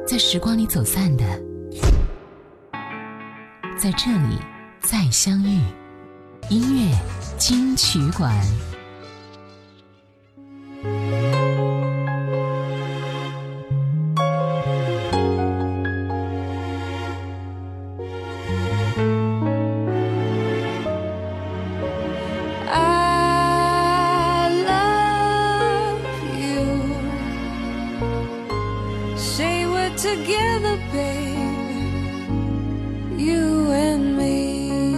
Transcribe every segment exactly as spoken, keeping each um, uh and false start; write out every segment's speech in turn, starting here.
在时光里走散的，在这里再相遇。音乐金曲馆。 Together, babe, you and me.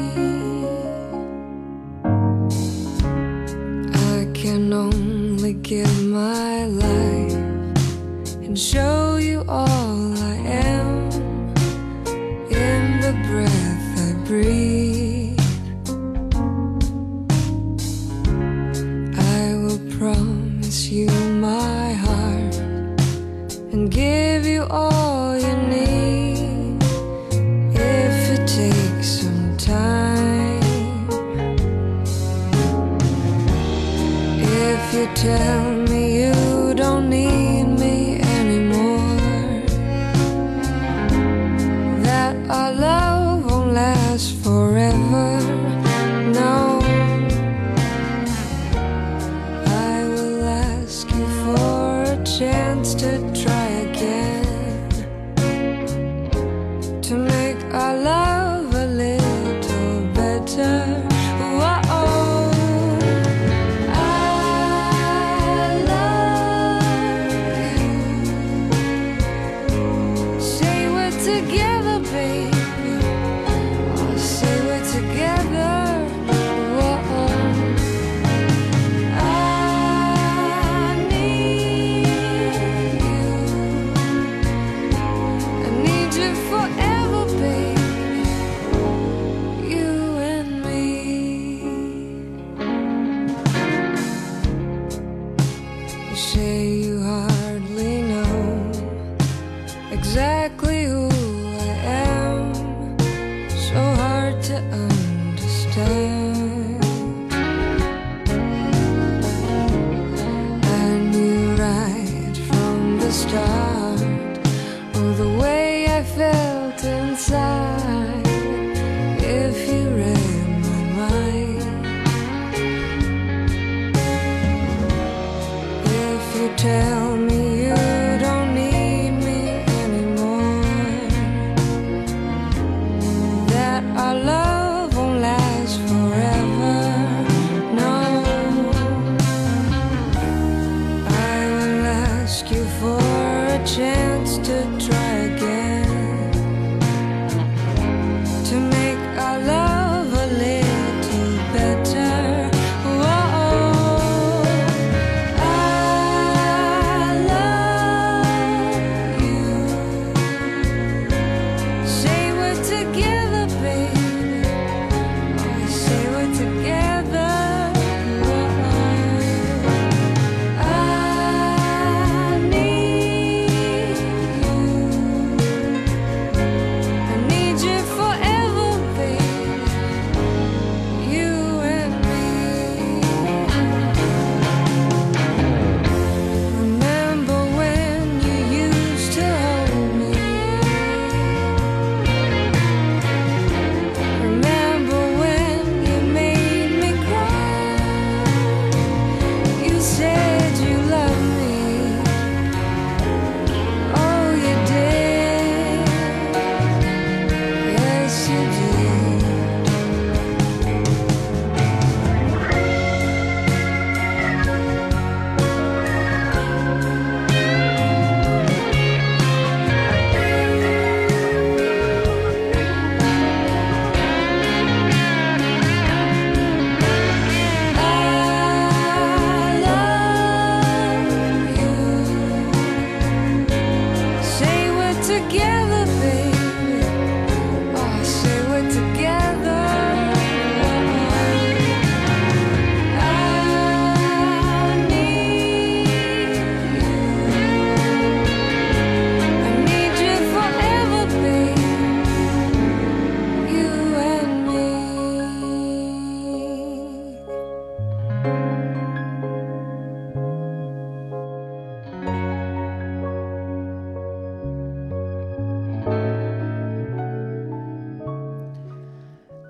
I can only give my life and show you all I am in the breath I breathe. I will promise you my heart and give you all you need if it takes some time. If you tell me you don't need me anymore, that our love won't last forever, no, I will ask you for a chance to try again, to make our love a little better. Whoa, I love you. Say we're together, baby. Oh, say we're together. Whoa, I need you. I need you forever, baby, you and me. You say you hardly know exactly who I am, so hard to understand. I knew right from the start, oh, the way I felt inside, if you read my mind. If you tell me you don't need me anymore, that our love won't last forever, no, I will ask you for a chance to try again, to make our love a little better. Whoa, I love you. Say we're together, baby. Oh, say we're together. Whoa, I need you. I need you forever, baby, you and me. Remember when you used to hold me? Remember when you made me cry? You said you loved me. Oh, you did. Yes, you did. I love you. Say we're together, baby. Oh, say we're together. I need you. I need you forever, baby, you and me.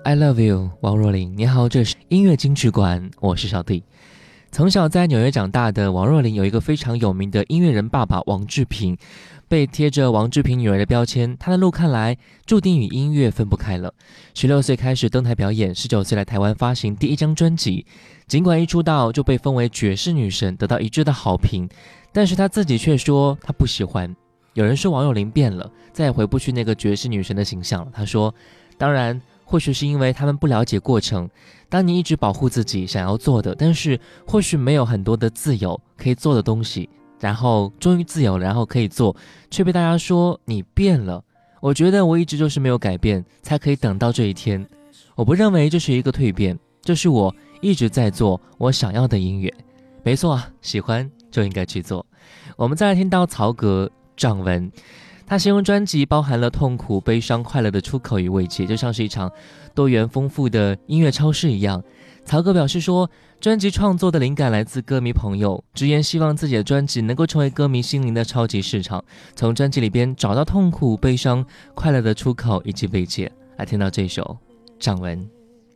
I love you， 王若琳。你好，这是音乐金曲馆，我是小弟。从小在纽约长大的王若琳有一个非常有名的音乐人爸爸王志平，被贴着王志平女儿的标签，她的路看来注定与音乐分不开了。十六岁开始登台表演，十九岁来台湾发行第一张专辑，尽管一出道就被封为爵士女神，得到一致的好评，但是她自己却说她不喜欢。有人说王若琳变了，再也回不去那个爵士女神的形象了。她说，当然或许是因为他们不了解过程，当你一直保护自己想要做的，但是或许没有很多的自由可以做的东西，然后终于自由了，然后可以做，却被大家说你变了。我觉得我一直就是没有改变，才可以等到这一天。我不认为这是一个蜕变，这是我一直在做我想要的音乐。没错啊，喜欢就应该去做。我们再来听到曹格掌纹，他形容专辑包含了痛苦、悲伤、快乐的出口与慰藉，就像是一场多元丰富的音乐超市一样。曹格表示说，专辑创作的灵感来自歌迷朋友，直言希望自己的专辑能够成为歌迷心灵的超级市场，从专辑里边找到痛苦、悲伤、快乐的出口以及慰藉。来听到这首掌纹。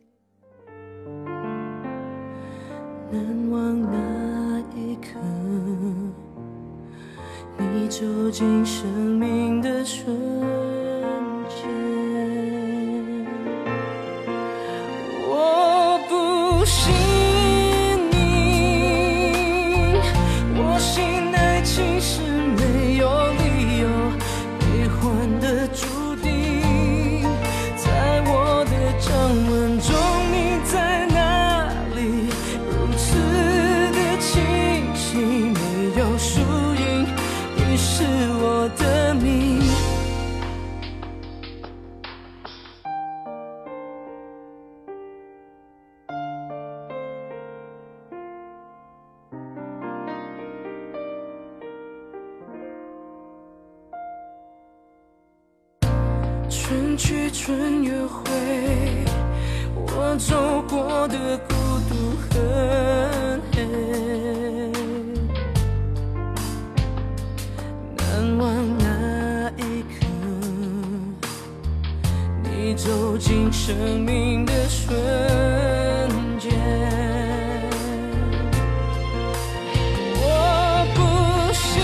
难忘那一刻，你走进生命的瞬间，我不信你，我信爱情是没有理由悲欢的注定，在我的掌纹中你在哪里，如此的清晰，没有输赢，你是我的命。春去春又回，我走过的孤独很黑，难忘那一刻，你走进生命的瞬间，我不信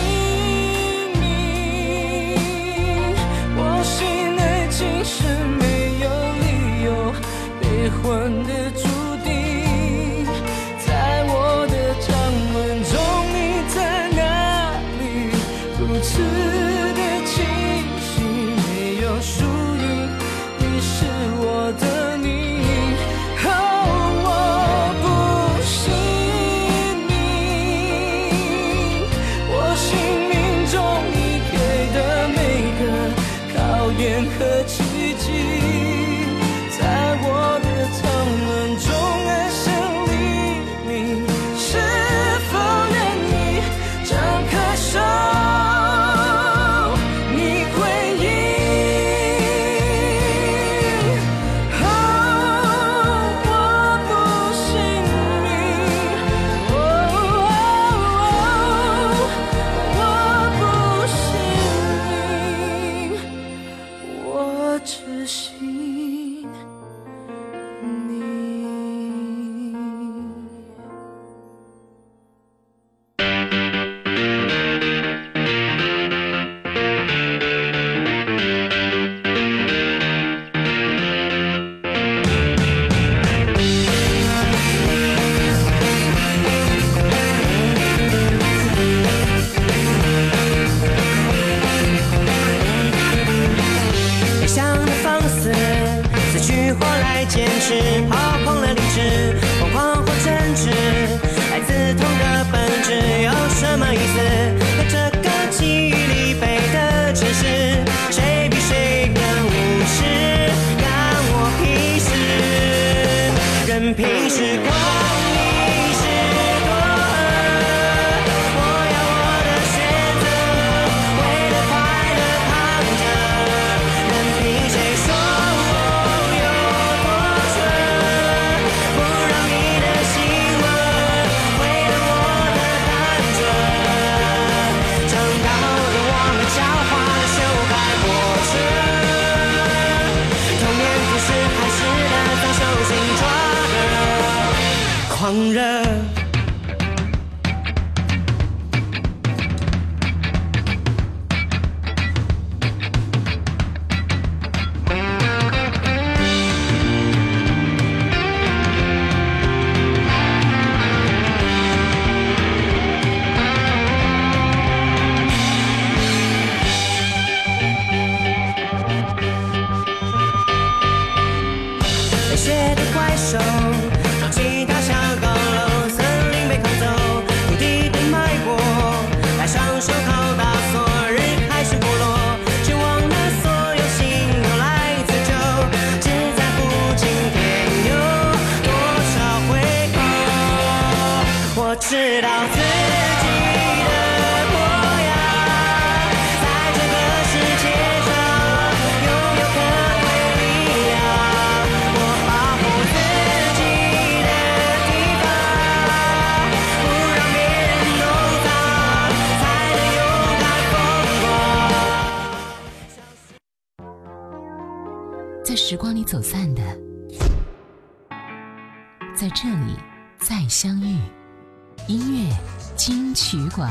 你，我信爱情是没有理由悲欢的注定，在我的掌纹中你在哪里，如此的清晰，没有输赢，你是我的命。哦，我不信你，我sinh命中你给的每个考验和奇迹，在我的掌纹中安身立命，是否愿意张开手，你回应？哦，我不信你，哦，我不信你，我只信你。理想的放肆，死去活来坚持，炮轰了理智，疯狂或真挚，来自同个本质，有什么意思？和这个记忆里背的城市，谁比谁更无视，干我屁事？任凭时光遗失多恶，我要我的选择，为了快乐扛着，任凭谁说我有多蠢。 时光里走散的，在这里再相遇。音乐金曲馆。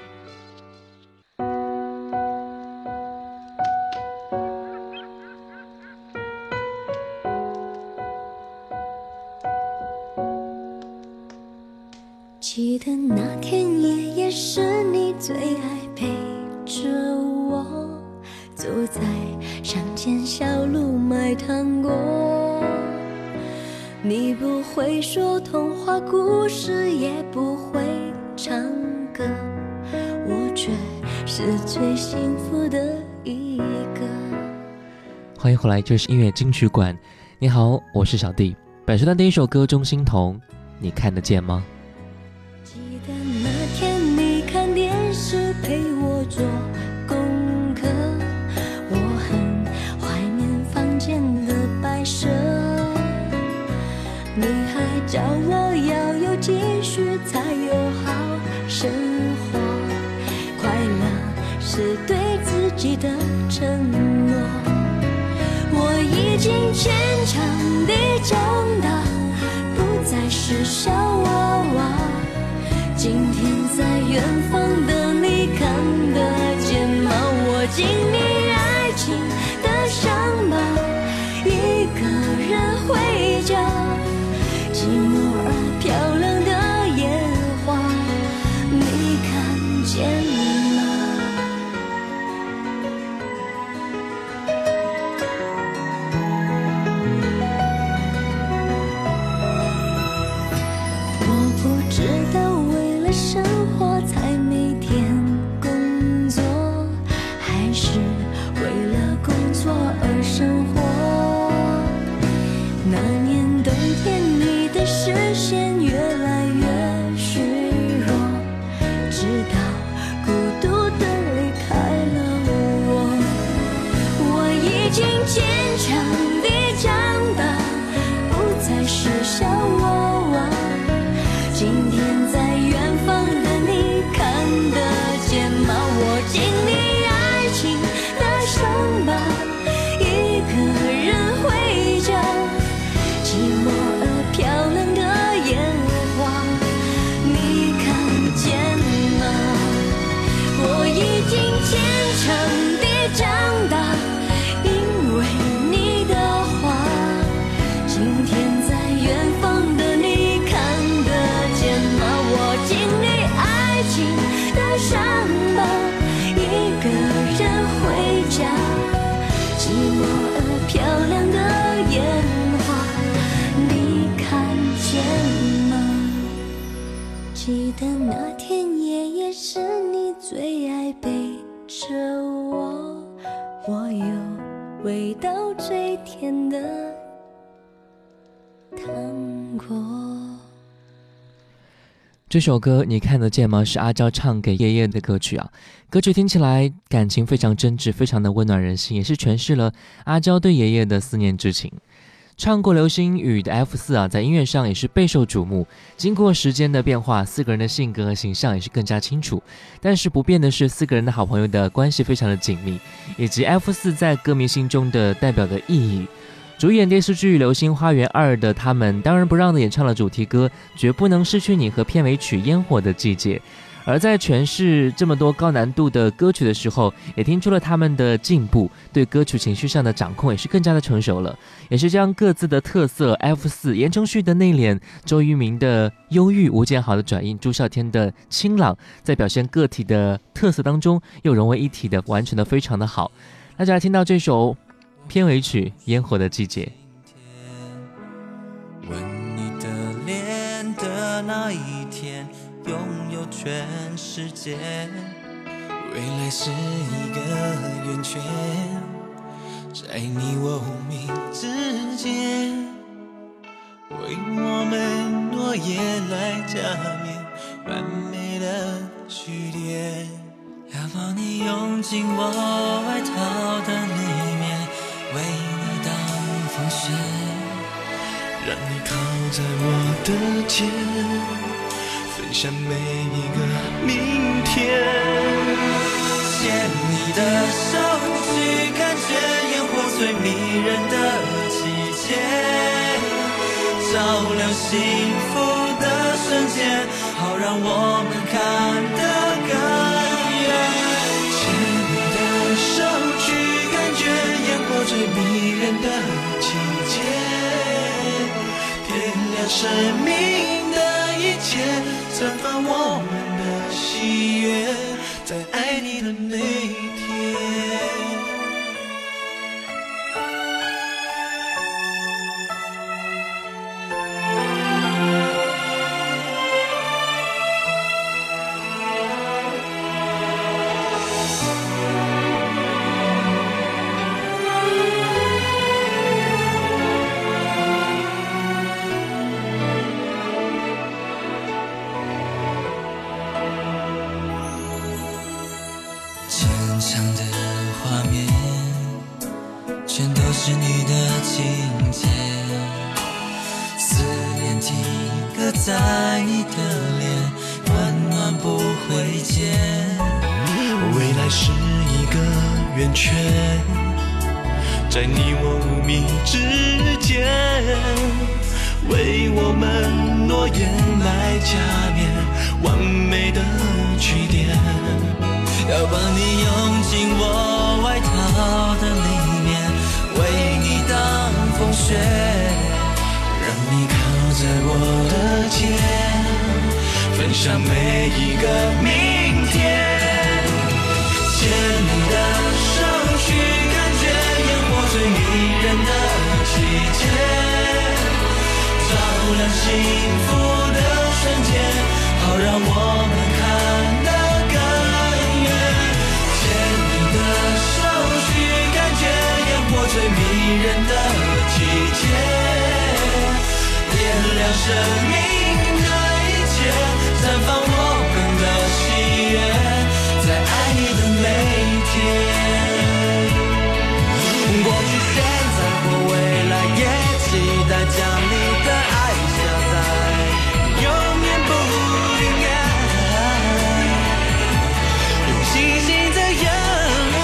记得那天夜夜是你最爱陪着我，走在乡间小路买糖果。你不会说童话故事，也不会唱歌，我却是最幸福的一个。 欢迎回来，这是音乐金曲馆。你好，我是小弟。本时段第一首歌《钟欣桐》，你看得见吗？ 记得那天你看电视陪我做功课，我很怀念房间的摆设，你还教我要有积蓄才有好生活，快乐是对自己的承诺。我已经坚强地长大，不再是小娃娃，今天在远方的你看得见吗？我经历爱情的伤疤，一个人回家，寂寞而漂亮的烟花，你看见吗？我不知道为了生活才每天工作，还是为了工作而生活。那年冬天你的视线越来越虚弱，直到孤独地离开了我。我已经坚强地长大，不再是小娃娃，今天在远方的你看得见吗？我经历爱情的伤疤，一个人回家，寂寞而漂亮的烟花，你看见吗？我已经坚强地长大，因为你的话，今天在远方的你看得见吗？我经历爱情的伤疤，一个人回家，寂寞而漂亮的烟花，你看见吗？记得那天夜夜是你最爱陪着我，我有味道最甜的糖果。 这首歌你看得见吗？是阿娇唱给爷爷的歌曲啊。歌曲听起来感情非常真挚，非常的温暖人心，也是诠释了阿娇对爷爷的思念之情。唱过流星雨的 F 四 啊，在音乐上也是备受瞩目。经过时间的变化，四个人的性格和形象也是更加清楚。但是不变的是，四个人的好朋友的关系非常的紧密，以及 F 四 在歌迷心中的代表的意义。主演电视剧《流星花园二》的他们，当仁不让的演唱了主题歌《绝不能失去你》和片尾曲《烟火的季节》。而在诠释这么多高难度的歌曲的时候，也听出了他们的进步，对歌曲情绪上的掌控也是更加的成熟了，也是将各自的特色 F 四 言承旭的内敛，周渝民的忧郁，吴建豪的转音，朱孝天的清朗，在表现个体的特色当中又融为一体的完成的非常的好。大家来听到这首片尾曲《烟火的季节》。 吻你的脸的那一天，拥有全世界，未来是一个圆圈，在你我无名之间，为我们诺言来加冕完美的句点。要把你拥进我外套的里面，为你挡风雪，让你靠在我的肩，分享每一个明天。牵你的手去看见烟火最迷人的幸福的瞬间，好让我们看得更远。牵你的手去感觉烟火最迷人的季节，点亮生命的一切，绽放我们的喜悦，在爱你的每一天。是你的情节，思念定格在你的脸，温暖不会减。未来是一个圆圈，在你我无名之间，为我们诺言来加冕完美的句点。要把你拥进我外套的里面，为你当风雪，让你靠在我的肩，分享每一个明天。牵你的手去感觉烟火最迷人的季节，照亮幸福的瞬间，好让我们看得更远。牵你的手去感觉烟火最迷人的季节，点亮生命的一切，绽放我们的喜悦，在爱你的每一天。过去现在或未来也期待将你的爱下载，永远不云烟，用星星的热爱。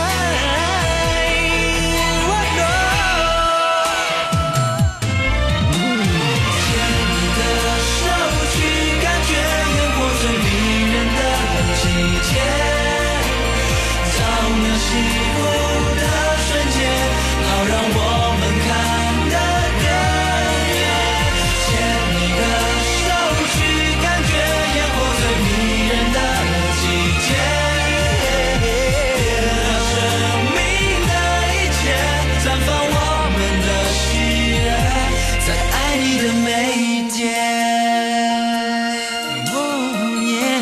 牵你的手去感觉烟火最迷人的季节，照亮幸福的瞬间，好让我们看得更远。牵你的手去感觉烟火最迷人的季节，点亮生命的一切，绽放我们的喜悦，在爱你的每一天。Oh yeah。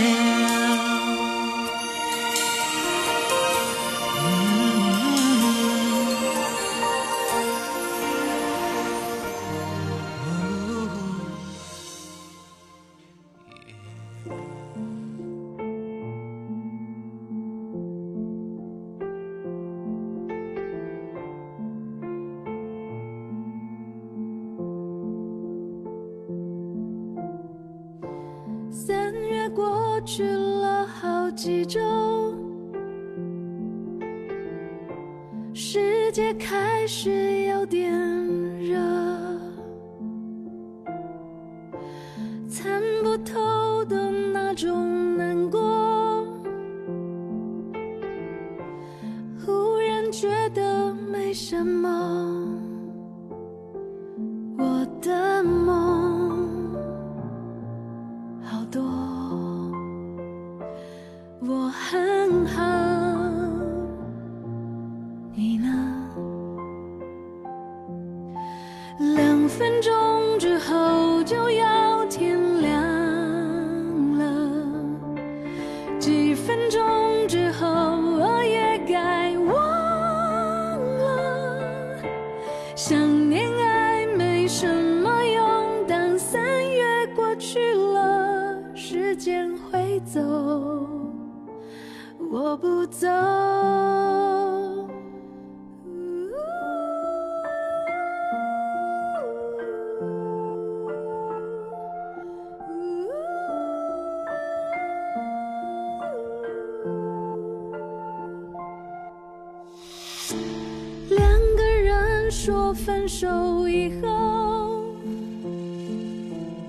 三月过去了好几周，世界开始有点热，参不透的那种难过，忽然觉得没什么，我的梦好多，我很好，你呢？两分钟之后就要天亮了，几分钟之后我也该忘了，想念爱没什么用，当三月过去了，时间会走，我不走。两个人说分手以后，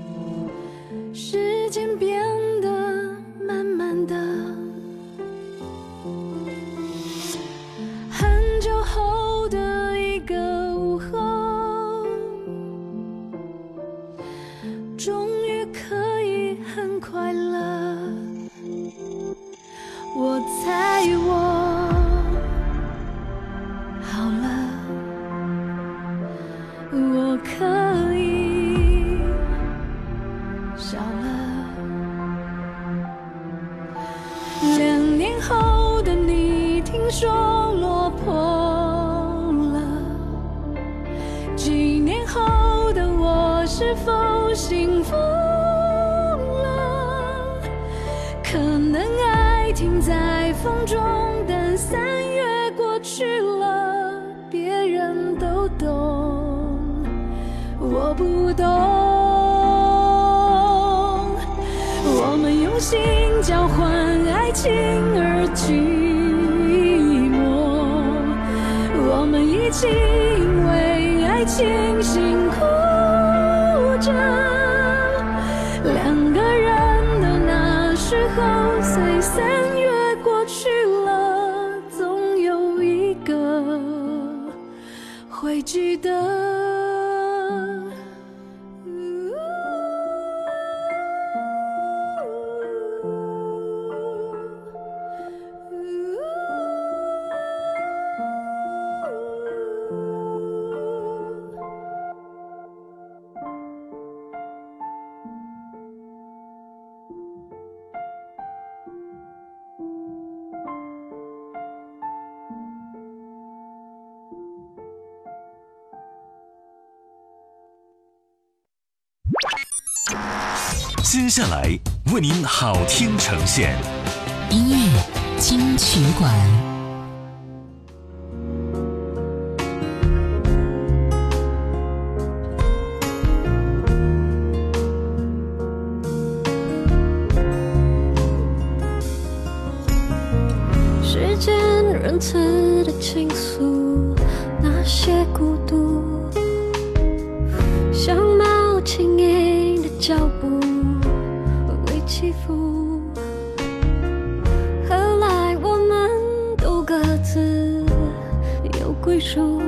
是否幸福了？可能爱停在风中，但三月过去了，别人都懂，我不懂。我们用心交换爱情而寂寞，我们一起因为爱情辛苦着，两个人的那时候，随三月过去了，总有一个会记得。 接下来为您好听呈现音乐金曲馆。 时间仁慈的倾诉，那些孤独，像猫轻盈的脚步，微微起伏。后来我们都各自有归属，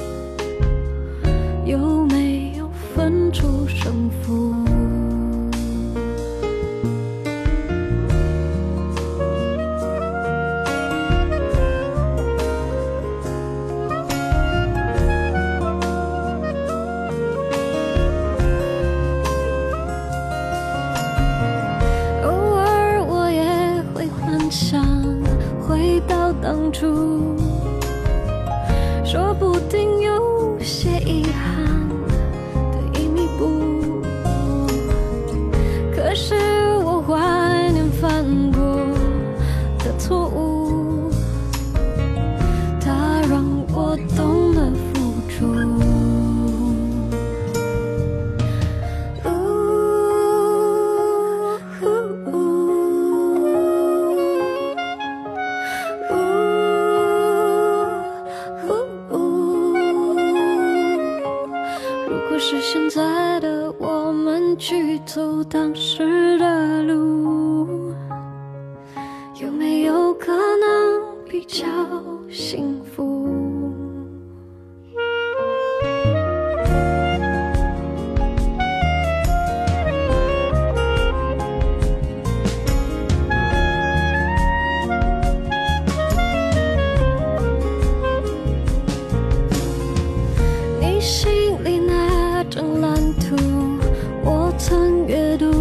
有没有分出胜负？当初说不定有些遗憾的一弥补，可是我怀念犯过的错误，它让我懂得付出。是现在的我们去走当时的路，有没有可能比较幸福？你心里那张蓝图，我曾阅读，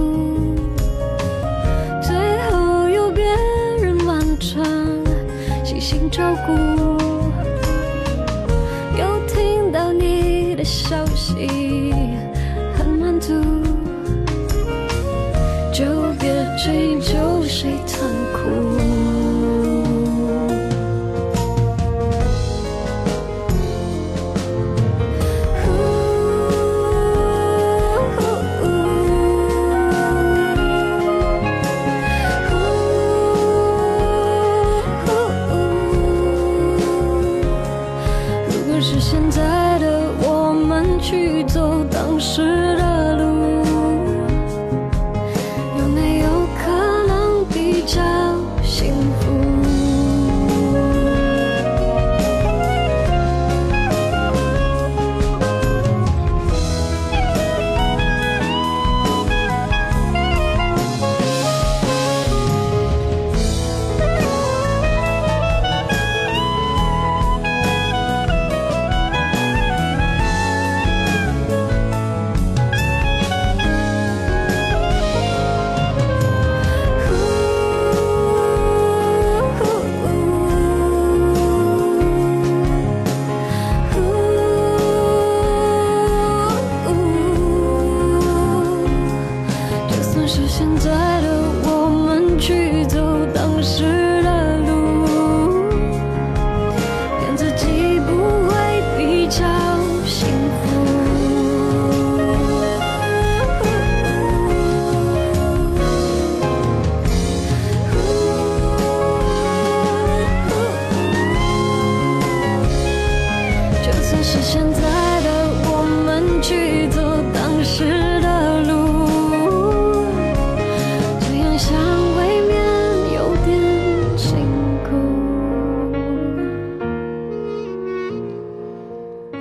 最后由别人完成，细心照顾。又听到你的消息，很满足，就别追究谁残酷。是现在的我们去走当时的路，有没有可能比较幸福？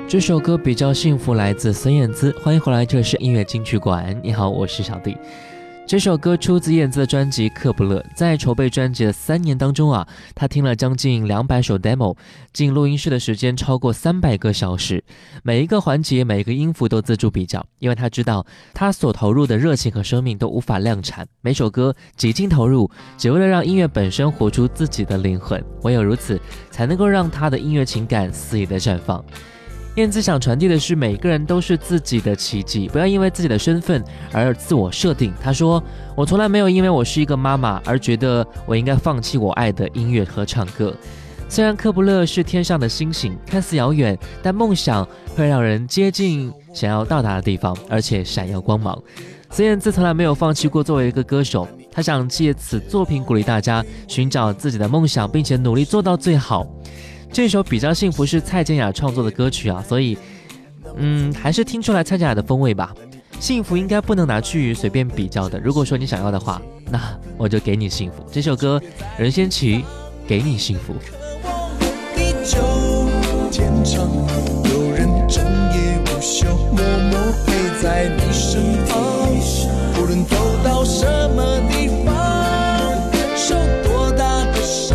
这首歌比较幸福，来自孙燕姿。欢迎回来，这是音乐金曲馆。你好，我是小弟。这首歌出自燕姿的专辑《克卜勒》。在筹备专辑的三年当中啊，他听了将近两百首 demo， 进录音室的时间超过三百个小时，每一个环节、每一个音符都自助比较，因为他知道他所投入的热情和生命都无法量产，每首歌极尽投入，只为了让音乐本身活出自己的灵魂。唯有如此，才能够让他的音乐情感肆意的绽放。燕姿想传递的是，每个人都是自己的奇迹，不要因为自己的身份而自我设定。她说，我从来没有因为我是一个妈妈而觉得我应该放弃我爱的音乐和唱歌。虽然科布勒是天上的星星，看似遥远，但梦想会让人接近想要到达的地方，而且闪耀光芒。孙燕姿从来没有放弃过作为一个歌手，她想借此作品鼓励大家寻找自己的梦想，并且努力做到最好。这首比较幸福是蔡健雅创作的歌曲啊，所以嗯，还是听出来蔡健雅的风味吧。幸福应该不能拿去随便比较的，如果说你想要的话，那我就给你幸福。这首歌任贤齐，给你幸福。 地久天长，有人整夜无休，默默陪在你身旁，无论走到什么地方，受多大的伤，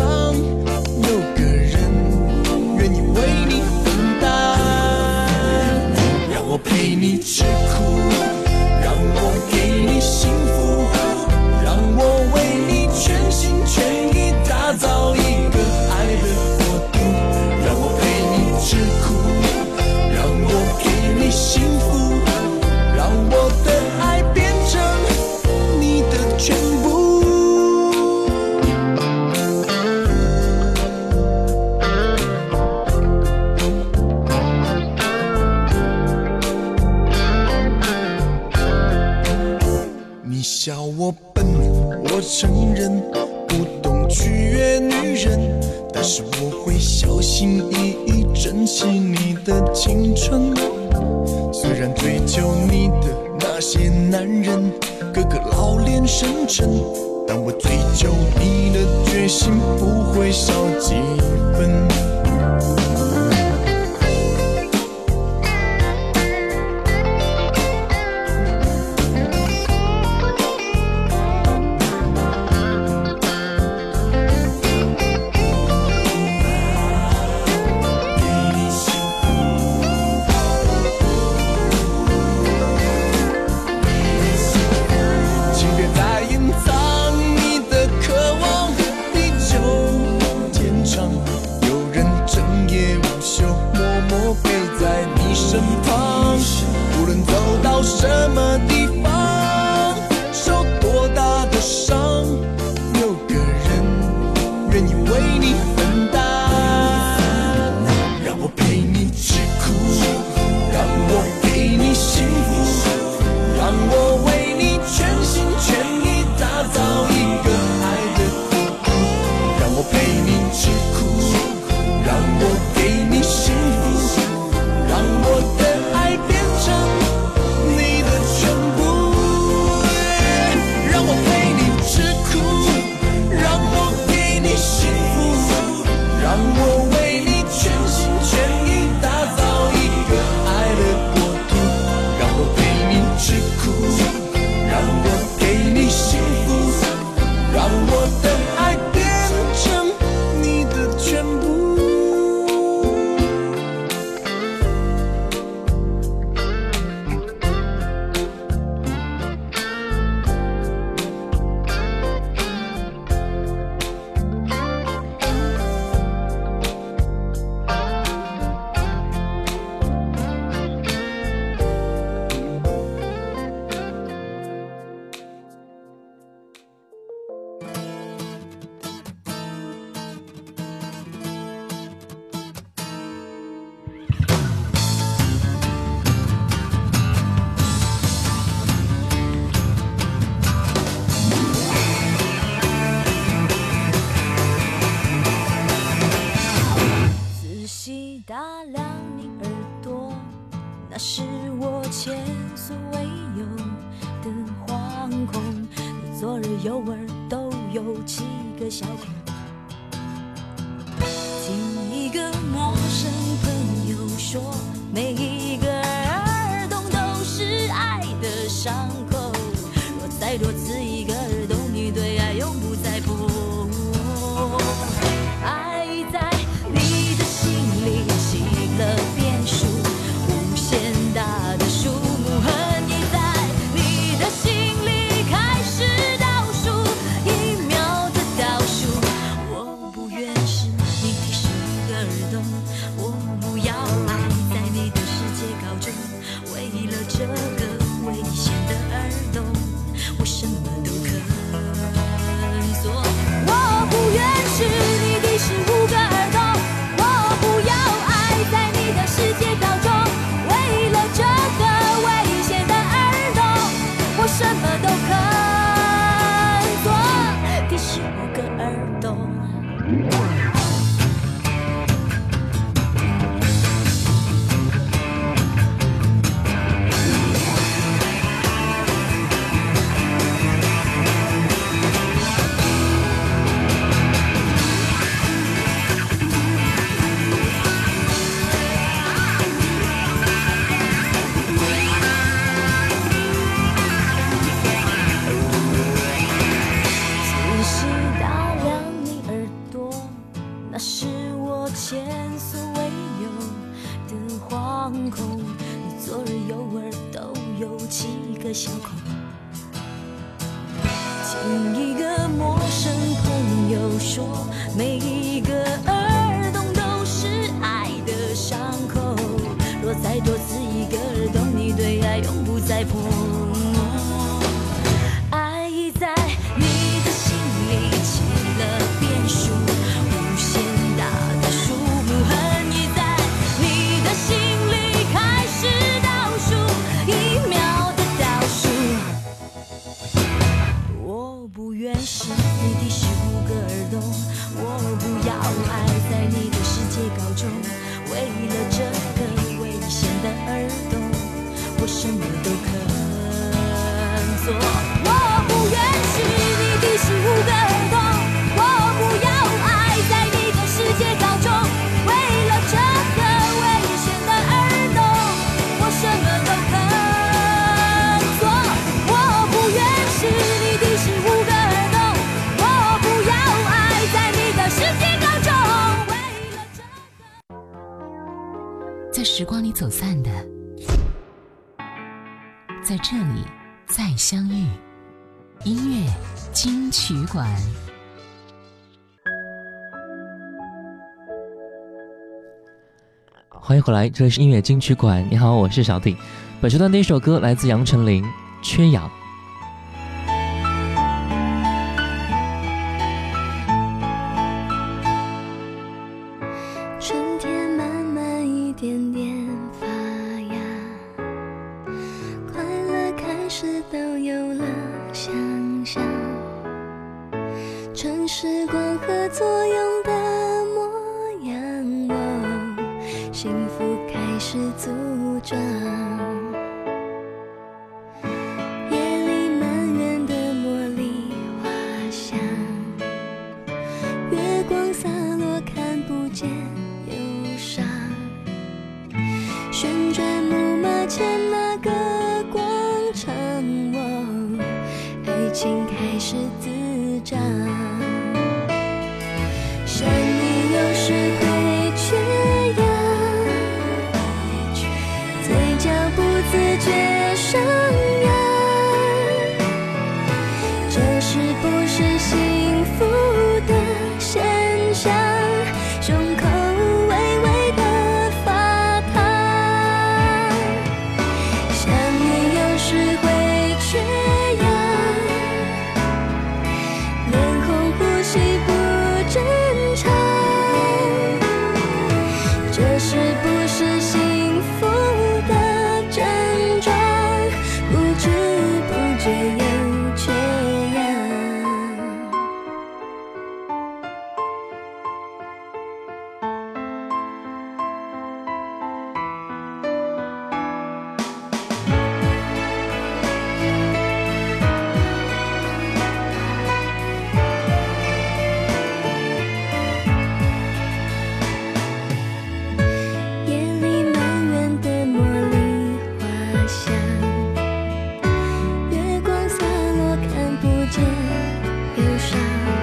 我陪你吃苦，让我给你幸福，让我为你全心全意打造一个爱的国度。让我陪你吃苦，让我给你幸福，让我的爱变成你的全部。笑我笨，我承认不懂取悦女人，但是我会小心翼翼珍惜你的青春。虽然追求你的那些男人个个老练深沉，但我追求你的决心不会少几分。 听一个陌生朋友说，每前所未有的惶恐，左耳右耳都有几个小孔。听一个陌生朋友说，每一个耳洞都是爱的伤口。若再多刺一个耳洞，你对爱永不再碰。爱已在你的心里起了变数，无限大的数目，恨已在你的心里开始倒数，一秒的倒数。我不愿是你第十五个耳洞，我不要爱在你的世界告终。为了这个危险的耳洞，我什么都肯做。我不愿是你第十五个耳洞，我不要爱在你的世界告终。为了这个危险的耳洞，我什么都肯做。我不愿是你第十五个耳洞，我不要爱在你的世界告终。为了这个， 在时光里走散的，在这里再相遇。音乐金曲馆。 欢迎回来，这里是音乐金曲馆。你好，我是小弟。本时段的一首歌来自杨丞琳，《缺氧》。 春天慢慢一点点发芽，快乐开始都有了想象，趁时光合作用的模样，哦，幸福开始组装。夜里满园的茉莉花香，月光洒落看不见忧伤，旋转木马前那个广场，哦，爱情开始滋长。想你有时会缺氧，嘴角不自觉上扬，这是不是幸福的现象？胸口微微的发烫，想你有时会缺氧，脸红呼吸不正常，这是不是幸福的症状？不知不觉又缺氧。夜里满园的茉莉花香，月光洒落看不见忧伤，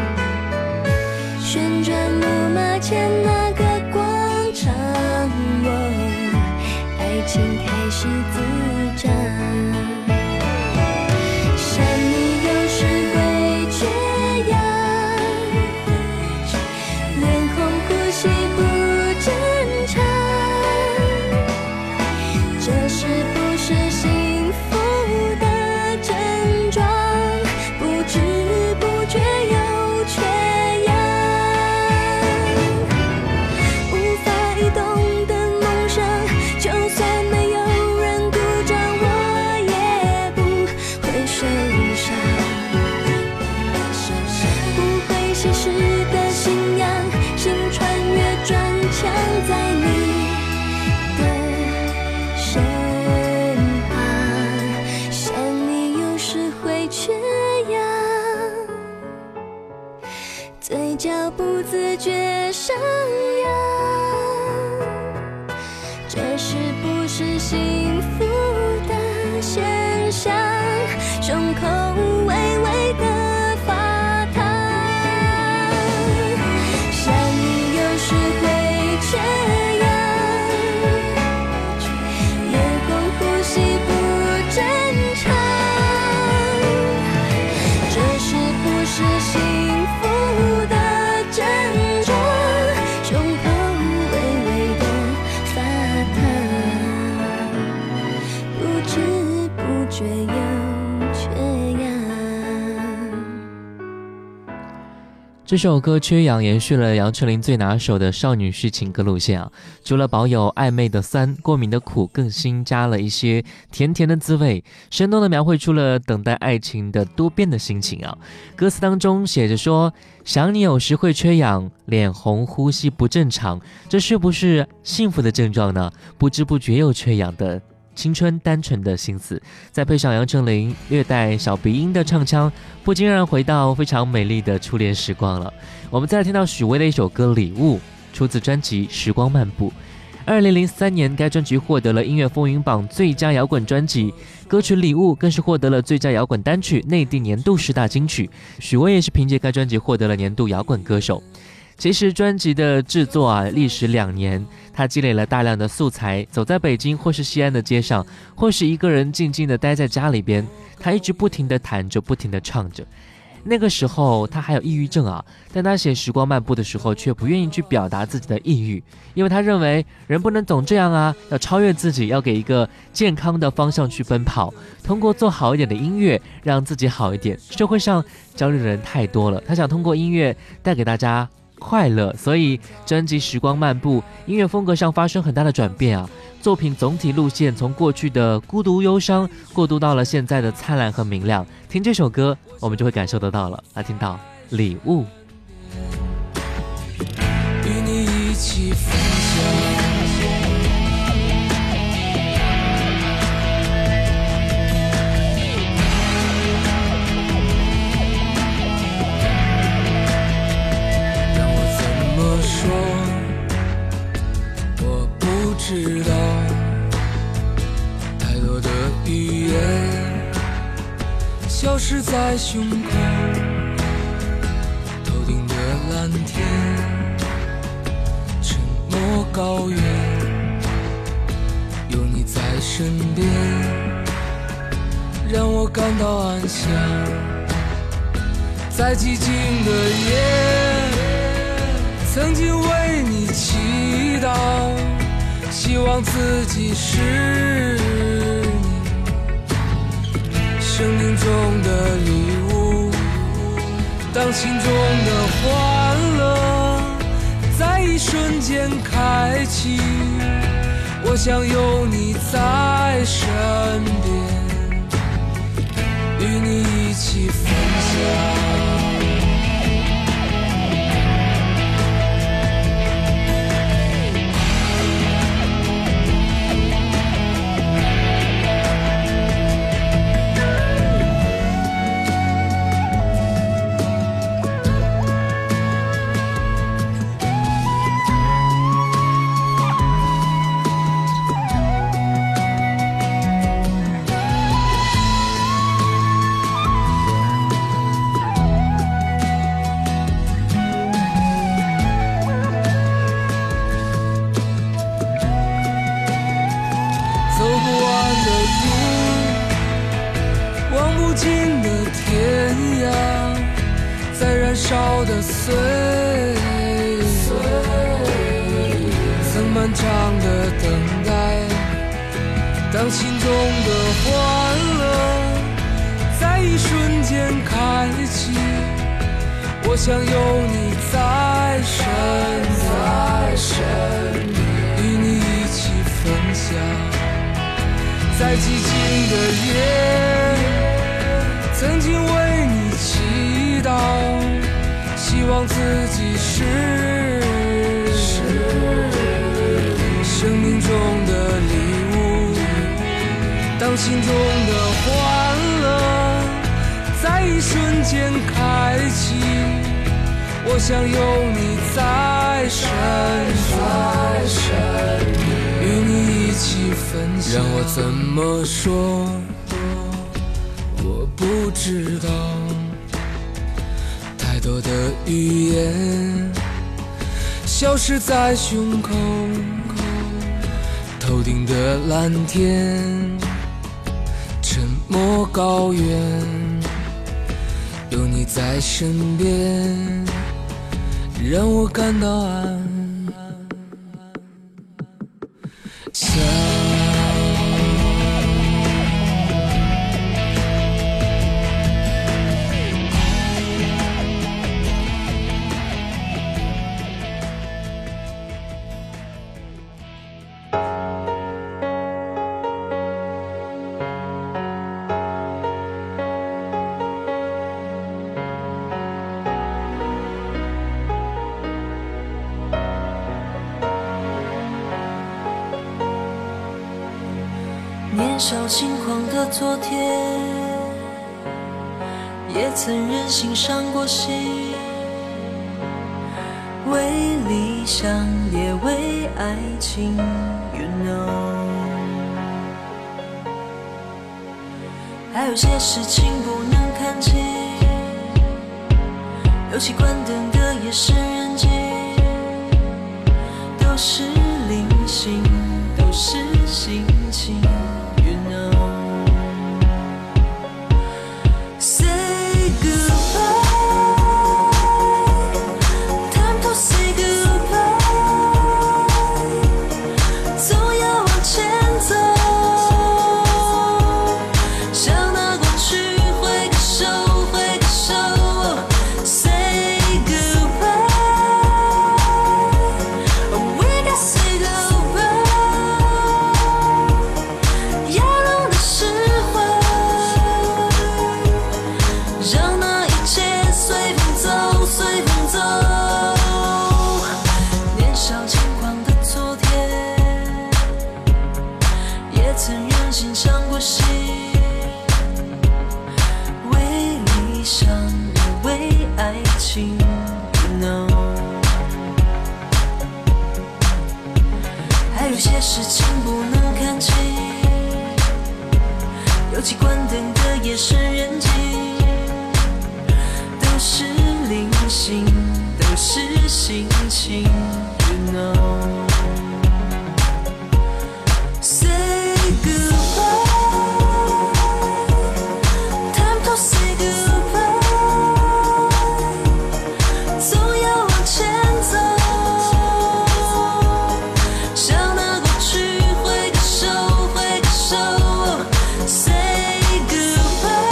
旋转木马前那个广场，哦，爱情开始滋长。想你有时会缺氧，脸红呼吸不正常，这是不是幸福的症状？不知不觉又缺氧，无法移动的梦想，就算没有人鼓掌，我也不会受伤。不会消失的信仰，心穿越砖墙，在你的身旁。想你有时会缺氧，嘴角不自觉上扬，这是不是幸福的现象？胸口微微的发烫，想你有时会这首歌《缺氧》延续了杨丞琳最拿手的少女式情歌路线啊，除了保有暧昧的酸、过敏的苦，更新加了一些甜甜的滋味，生动地描绘出了等待爱情的多变的心情啊。歌词当中写着说：想你有时会缺氧，脸红，呼吸不正常，这是不是幸福的症状呢？不知不觉又缺氧的青春单纯的心思，再配上杨丞琳略带小鼻音的唱腔，不禁让人回到非常美丽的初恋时光了。我们再来听到许巍的一首歌《礼物》，出自专辑《时光漫步》。二零零三年，该专辑获得了音乐风云榜最佳摇滚专辑，歌曲《礼物》更是获得了最佳摇滚单曲、内地年度十大金曲。许巍也是凭借该专辑获得了年度摇滚歌手。其实专辑的制作啊，历时两年，他积累了大量的素材，走在北京或是西安的街上，或是一个人静静的待在家里边，他一直不停的弹着，不停的唱着。那个时候他还有抑郁症啊，但他写《时光漫步》的时候却不愿意去表达自己的抑郁，因为他认为人不能总这样啊，要超越自己，要给一个健康的方向去奔跑，通过做好一点的音乐让自己好一点。社会上焦虑的人太多了，他想通过音乐带给大家快乐，所以专辑《时光漫步》音乐风格上发生很大的转变啊。作品总体路线从过去的孤独忧伤过渡到了现在的灿烂和明亮。听这首歌，我们就会感受得到了。来听到《礼物》， 与你一起分享。知道太多的语言消失在胸口，头顶的蓝天，沉默高原，有你在身边，让我感到安详。在寂静的夜，曾经为你祈祷，希望自己是你生命中的礼物，当心中的欢乐在一瞬间开启，我想有你在身边，与你一起分享。烧的岁岁，曾漫长的等待，当心中的欢乐在一瞬间开启，我想有你在身边，与你一起分享。在寂静的夜，曾经为你祈祷，希望自己是生命中的礼物，当心中的欢乐在一瞬间开启，我想有你在身边，与你一起分享。让我怎么说，我不知道，太多的语言消失在胸口，头顶的蓝天，沉默高原，有你在身边，让我感到安详。 少轻狂的昨天，也曾任性伤过心，为理想也为爱情 You know， 还有些事情不能看清，尤其关灯的夜深人静，都是零星，都是心情 You know， Say goodbye， Time to say goodbye， 总要往前走，向那过去挥个手，挥个手 Say goodbye， We gotta say goodbye， 要懂得释怀，让那一切随风走，随风走。年少轻狂的昨天，也曾任性伤过心，为理想也为爱情 You know， 还有些事情不能看清，尤其关灯的夜深人静，都是零星，都是心情 You know， Say goodbye， Time to say goodbye， 总要往前走，向那过去挥个手，挥个手 Say goodbye，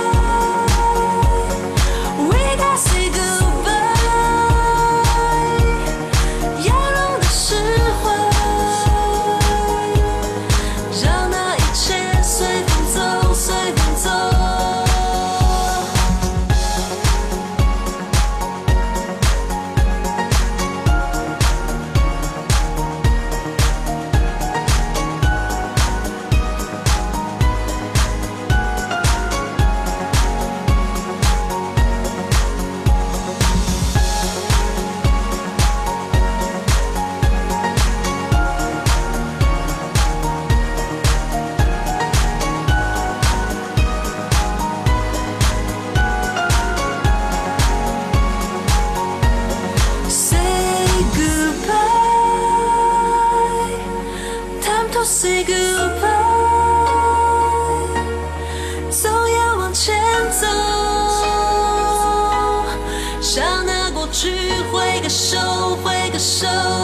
We gotta say goodbye， 要懂得释怀，让那一切随风走，随风走。Say goodbye， Time to say goodbye， 总要往前走，向那过去挥个手，挥个手。